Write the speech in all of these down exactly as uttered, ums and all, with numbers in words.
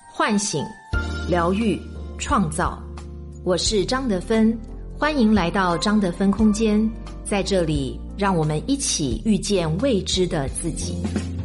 唤醒、疗愈、创造。我是张德芬，欢迎来到张德芬空间，在这里让我们一起遇见未知的自己。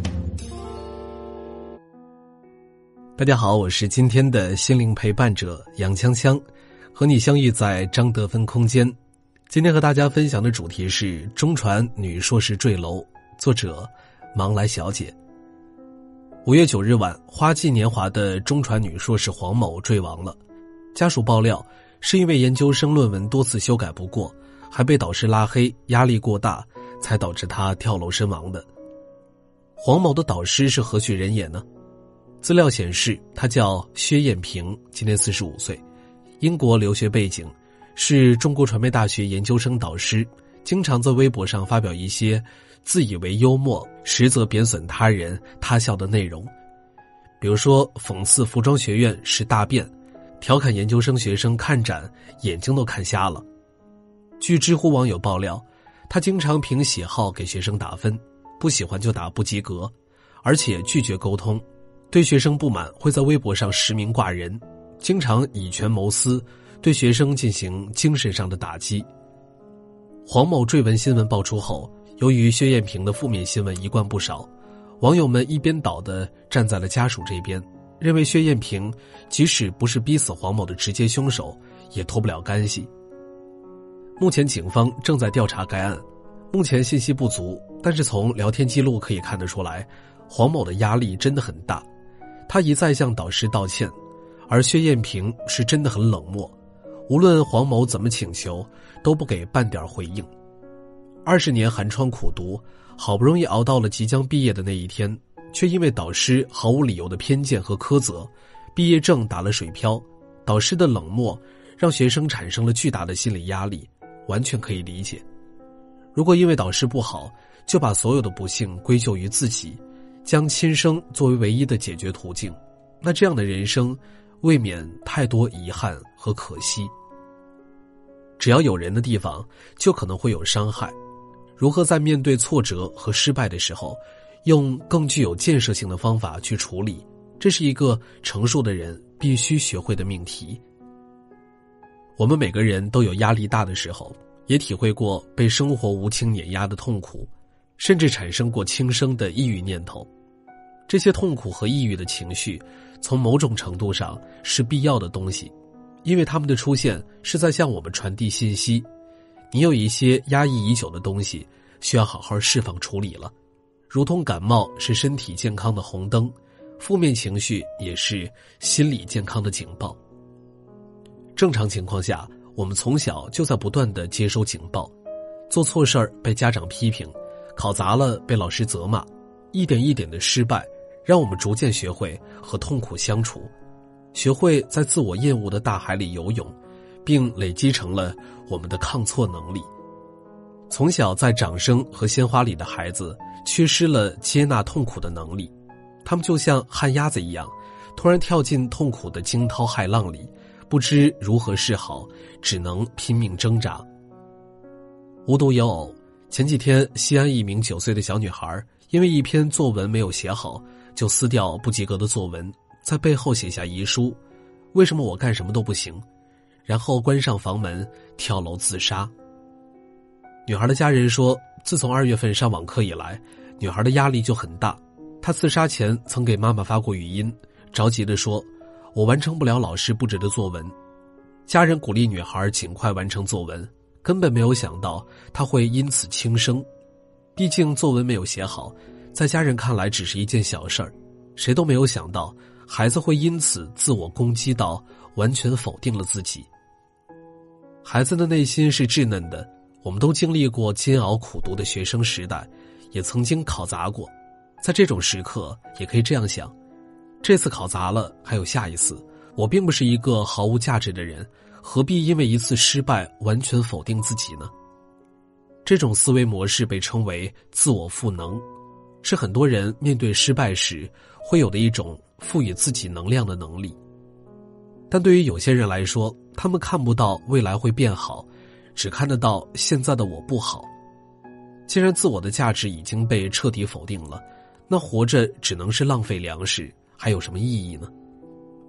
大家好，我是今天的心灵陪伴者杨锵锵，和你相遇在张德芬空间。今天和大家分享的主题是中传女硕士坠楼，作者芒来小姐。五月九日晚，花季年华的中传女硕士黄某坠亡了。家属爆料，是因为研究生论文多次修改不过，还被导师拉黑，压力过大，才导致她跳楼身亡的。黄某的导师是何许人也呢？资料显示，他叫薛艳萍，今年四十五岁，英国留学背景，是中国传媒大学研究生导师，经常在微博上发表一些自以为幽默，实则贬损他人他校的内容。比如说，讽刺服装学院是大便，调侃研究生学生看展眼睛都看瞎了。据知乎网友爆料，他经常凭喜好给学生打分，不喜欢就打不及格，而且拒绝沟通。对学生不满会在微博上实名挂人，经常以权谋私，对学生进行精神上的打击。黄某坠文新闻爆出后，由于薛艳萍的负面新闻一贯不少，网友们一边倒地站在了家属这边，认为薛艳萍即使不是逼死黄某的直接凶手，也脱不了干系。目前警方正在调查该案，目前信息不足，但是从聊天记录可以看得出来，黄某的压力真的很大。他一再向导师道歉，而薛艳萍是真的很冷漠，无论黄某怎么请求，都不给半点回应。二十年寒窗苦读，好不容易熬到了即将毕业的那一天，却因为导师毫无理由的偏见和苛责，毕业证打了水漂。导师的冷漠让学生产生了巨大的心理压力，完全可以理解。如果因为导师不好，就把所有的不幸归咎于自己，将轻生作为唯一的解决途径，那这样的人生未免太多遗憾和可惜。只要有人的地方，就可能会有伤害。如何在面对挫折和失败的时候，用更具有建设性的方法去处理，这是一个成熟的人必须学会的命题。我们每个人都有压力大的时候，也体会过被生活无情碾压的痛苦，甚至产生过轻生的抑郁念头。这些痛苦和抑郁的情绪，从某种程度上是必要的东西，因为它们的出现是在向我们传递信息，你有一些压抑已久的东西，需要好好释放处理了。如同感冒是身体健康的红灯，负面情绪也是心理健康的警报。正常情况下，我们从小就在不断地接收警报，做错事儿被家长批评，考砸了被老师责骂，一点一点的失败，让我们逐渐学会和痛苦相处，学会在自我厌恶的大海里游泳，并累积成了我们的抗挫能力。从小在掌声和鲜花里的孩子，缺失了接纳痛苦的能力，他们就像旱鸭子一样，突然跳进痛苦的惊涛骇浪里，不知如何是好，只能拼命挣扎。无独有偶，前几天西安一名九岁的小女孩因为一篇作文没有写好，就撕掉不及格的作文，在背后写下遗书：为什么我干什么都不行？然后关上房门，跳楼自杀。女孩的家人说，自从二月份上网课以来，女孩的压力就很大。她自杀前曾给妈妈发过语音，着急地说，我完成不了老师布置的作文。家人鼓励女孩尽快完成作文，根本没有想到她会因此轻生。毕竟作文没有写好，在家人看来只是一件小事儿，谁都没有想到孩子会因此自我攻击到完全否定了自己。孩子的内心是稚嫩的，我们都经历过煎熬苦读的学生时代，也曾经考砸过。在这种时刻也可以这样想，这次考砸了，还有下一次，我并不是一个毫无价值的人，何必因为一次失败完全否定自己呢？这种思维模式被称为自我赋能，是很多人面对失败时会有的一种赋予自己能量的能力。但对于有些人来说，他们看不到未来会变好，只看得到现在的我不好。既然自我的价值已经被彻底否定了，那活着只能是浪费粮食，还有什么意义呢？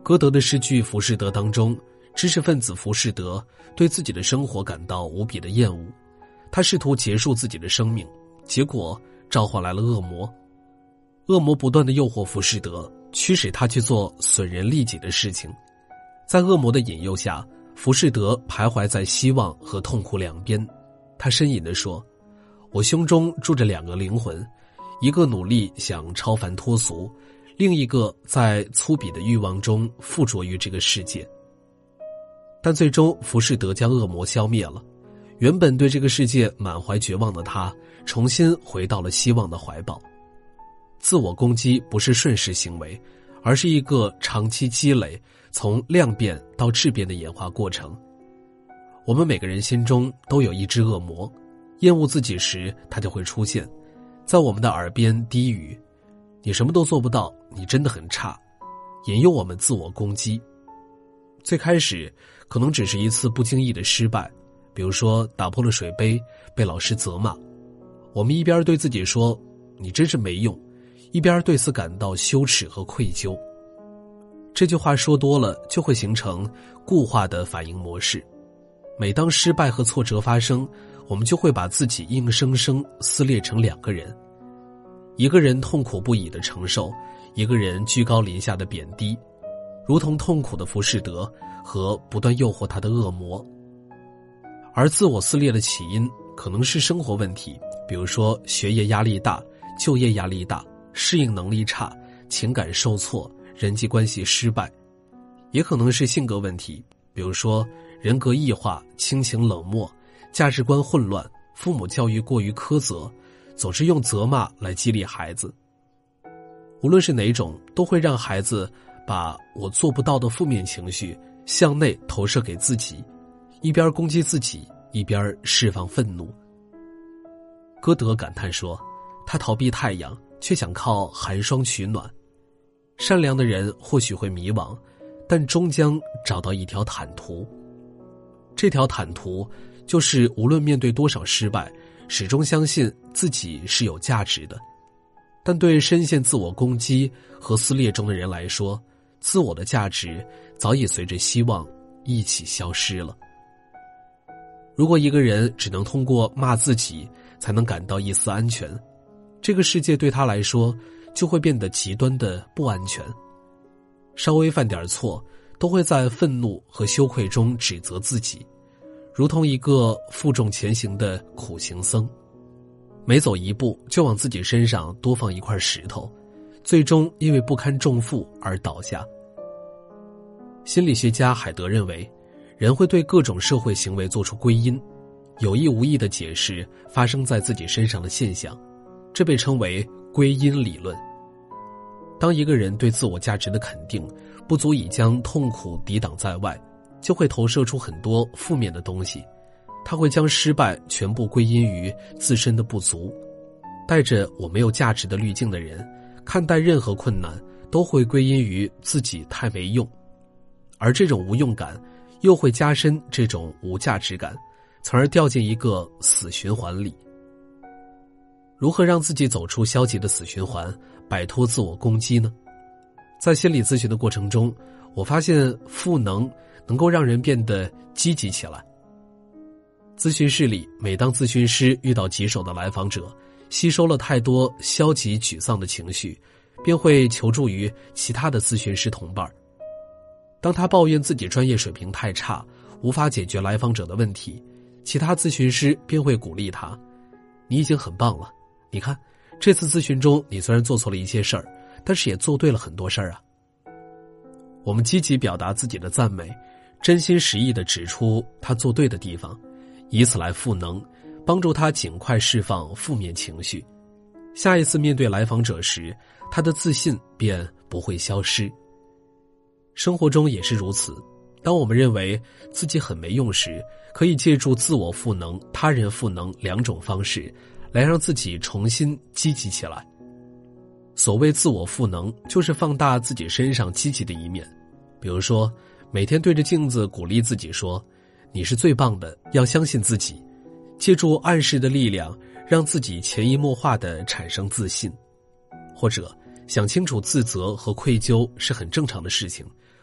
歌德的诗句《浮士德》当中，知识分子浮士德对自己的生活感到无比的厌恶，他试图结束自己的生命，结果召唤来了恶魔。恶魔不断地诱惑浮士德，驱使他去做损人利己的事情。在恶魔的引诱下，浮士德徘徊在希望和痛苦两边。他呻吟地说，我胸中住着两个灵魂，一个努力想超凡脱俗，另一个在粗鄙的欲望中附着于这个世界。但最终浮士德将恶魔消灭了，原本对这个世界满怀绝望的他重新回到了希望的怀抱。自我攻击不是瞬时行为，而是一个长期积累，从量变到质变的演化过程。我们每个人心中都有一只恶魔，厌恶自己时它就会出现，在我们的耳边低语，你什么都做不到，你真的很差，引诱我们自我攻击。最开始可能只是一次不经意的失败，比如说打破了水杯被老师责骂，我们一边对自己说你真是没用，一边对此感到羞耻和愧疚。这句话说多了就会形成固化的反应模式，每当失败和挫折发生，我们就会把自己硬生生撕裂成两个人，一个人痛苦不已的承受，一个人居高临下的贬低，如同痛苦的浮士德和不断诱惑他的恶魔。而自我撕裂的起因可能是生活问题，比如说学业压力大，就业压力大，适应能力差，情感受挫，人际关系失败，也可能是性格问题，比如说人格异化，亲情冷漠，价值观混乱，父母教育过于苛责，总是用责骂来激励孩子。无论是哪种，都会让孩子把我做不到的负面情绪向内投射给自己，一边攻击自己，一边释放愤怒。歌德感叹说，他逃避太阳，却想靠寒霜取暖。善良的人或许会迷惘，但终将找到一条坦途。这条坦途就是无论面对多少失败，始终相信自己是有价值的。但对深陷自我攻击和撕裂中的人来说，自我的价值早已随着希望一起消失了。如果一个人只能通过骂自己才能感到一丝安全，这个世界对他来说就会变得极端的不安全。稍微犯点错，都会在愤怒和羞愧中指责自己，如同一个负重前行的苦行僧，每走一步就往自己身上多放一块石头，最终因为不堪重负而倒下。心理学家海德认为，人会对各种社会行为做出归因，有意无意地解释发生在自己身上的现象，这被称为归因理论。当一个人对自我价值的肯定不足以将痛苦抵挡在外，就会投射出很多负面的东西，他会将失败全部归因于自身的不足。带着我没有价值的滤镜的人，看待任何困难都会归因于自己太没用，而这种无用感又会加深这种无价值感，从而掉进一个死循环里。如何让自己走出消极的死循环，摆脱自我攻击呢？在心理咨询的过程中，我发现赋能能够让人变得积极起来。咨询室里，每当咨询师遇到棘手的来访者，吸收了太多消极沮丧的情绪，便会求助于其他的咨询师同伴。当他抱怨自己专业水平太差，无法解决来访者的问题，其他咨询师便会鼓励他，你已经很棒了，你看这次咨询中你虽然做错了一些事儿，但是也做对了很多事儿啊。我们积极表达自己的赞美，真心实意地指出他做对的地方，以此来赋能，帮助他尽快释放负面情绪。下一次面对来访者时，他的自信便不会消失。生活中也是如此，当我们认为自己很没用时，可以借助自我赋能、他人赋能两种方式，来让自己重新积极起来。所谓自我赋能，就是放大自己身上积极的一面。比如说，每天对着镜子鼓励自己说，你是最棒的，要相信自己。借助暗示的力量，让自己潜移默化地产生自信。或者，想清楚自责和愧疚是很正常的事情，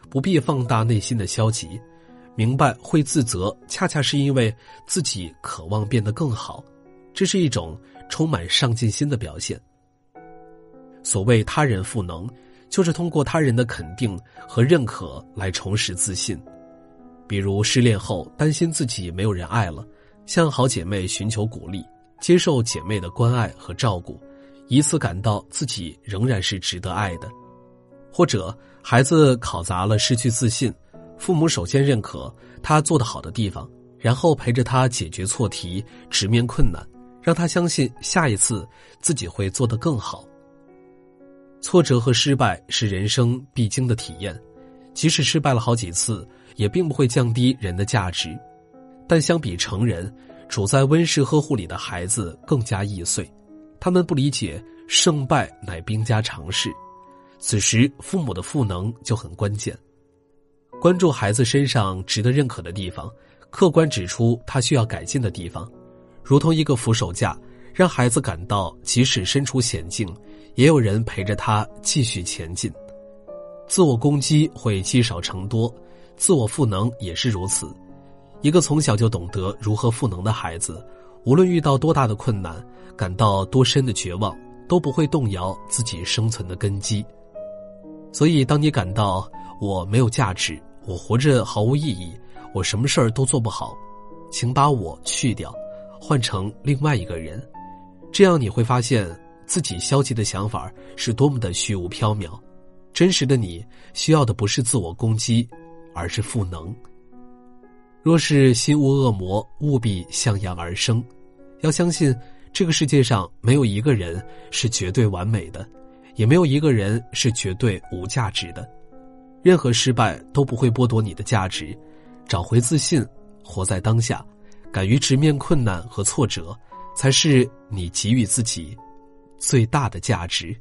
不必放大内心的消极，明白会自责恰恰是因为自己渴望变得更好，这是一种充满上进心的表现。所谓他人赋能，就是通过他人的肯定和认可来重拾自信。比如失恋后担心自己没有人爱了，向好姐妹寻求鼓励，接受姐妹的关爱和照顾，以此感到自己仍然是值得爱的。或者孩子考砸了失去自信，父母首先认可他做得好的地方，然后陪着他解决错题，直面困难，让他相信下一次自己会做得更好。挫折和失败是人生必经的体验，即使失败了好几次，也并不会降低人的价值。但相比成人，处在温室呵护里的孩子更加易碎，他们不理解胜败乃兵家常事。此时父母的赋能就很关键，关注孩子身上值得认可的地方，客观指出他需要改进的地方，如同一个扶手架，让孩子感到即使身处险境，也有人陪着他继续前进。自我攻击会积少成多，自我赋能也是如此。一个从小就懂得如何赋能的孩子，无论遇到多大的困难，感到多深的绝望，都不会动摇自己生存的根基。所以当你感到我没有价值，我活着毫无意义，我什么事儿都做不好，请把我去掉，换成另外一个人。这样你会发现自己消极的想法是多么的虚无缥缈，真实的你需要的不是自我攻击，而是赋能。若是心无恶魔，务必向阳而生。要相信这个世界上没有一个人是绝对完美的，也没有一个人是绝对无价值的。任何失败都不会剥夺你的价值，找回自信，活在当下，敢于直面困难和挫折，才是你给予自己最大的价值。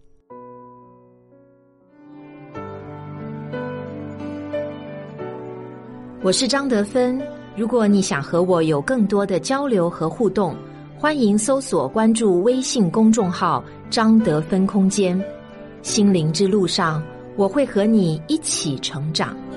我是张德芬，如果你想和我有更多的交流和互动，欢迎搜索关注微信公众号张德芬空间。心灵之路上，我会和你一起成长。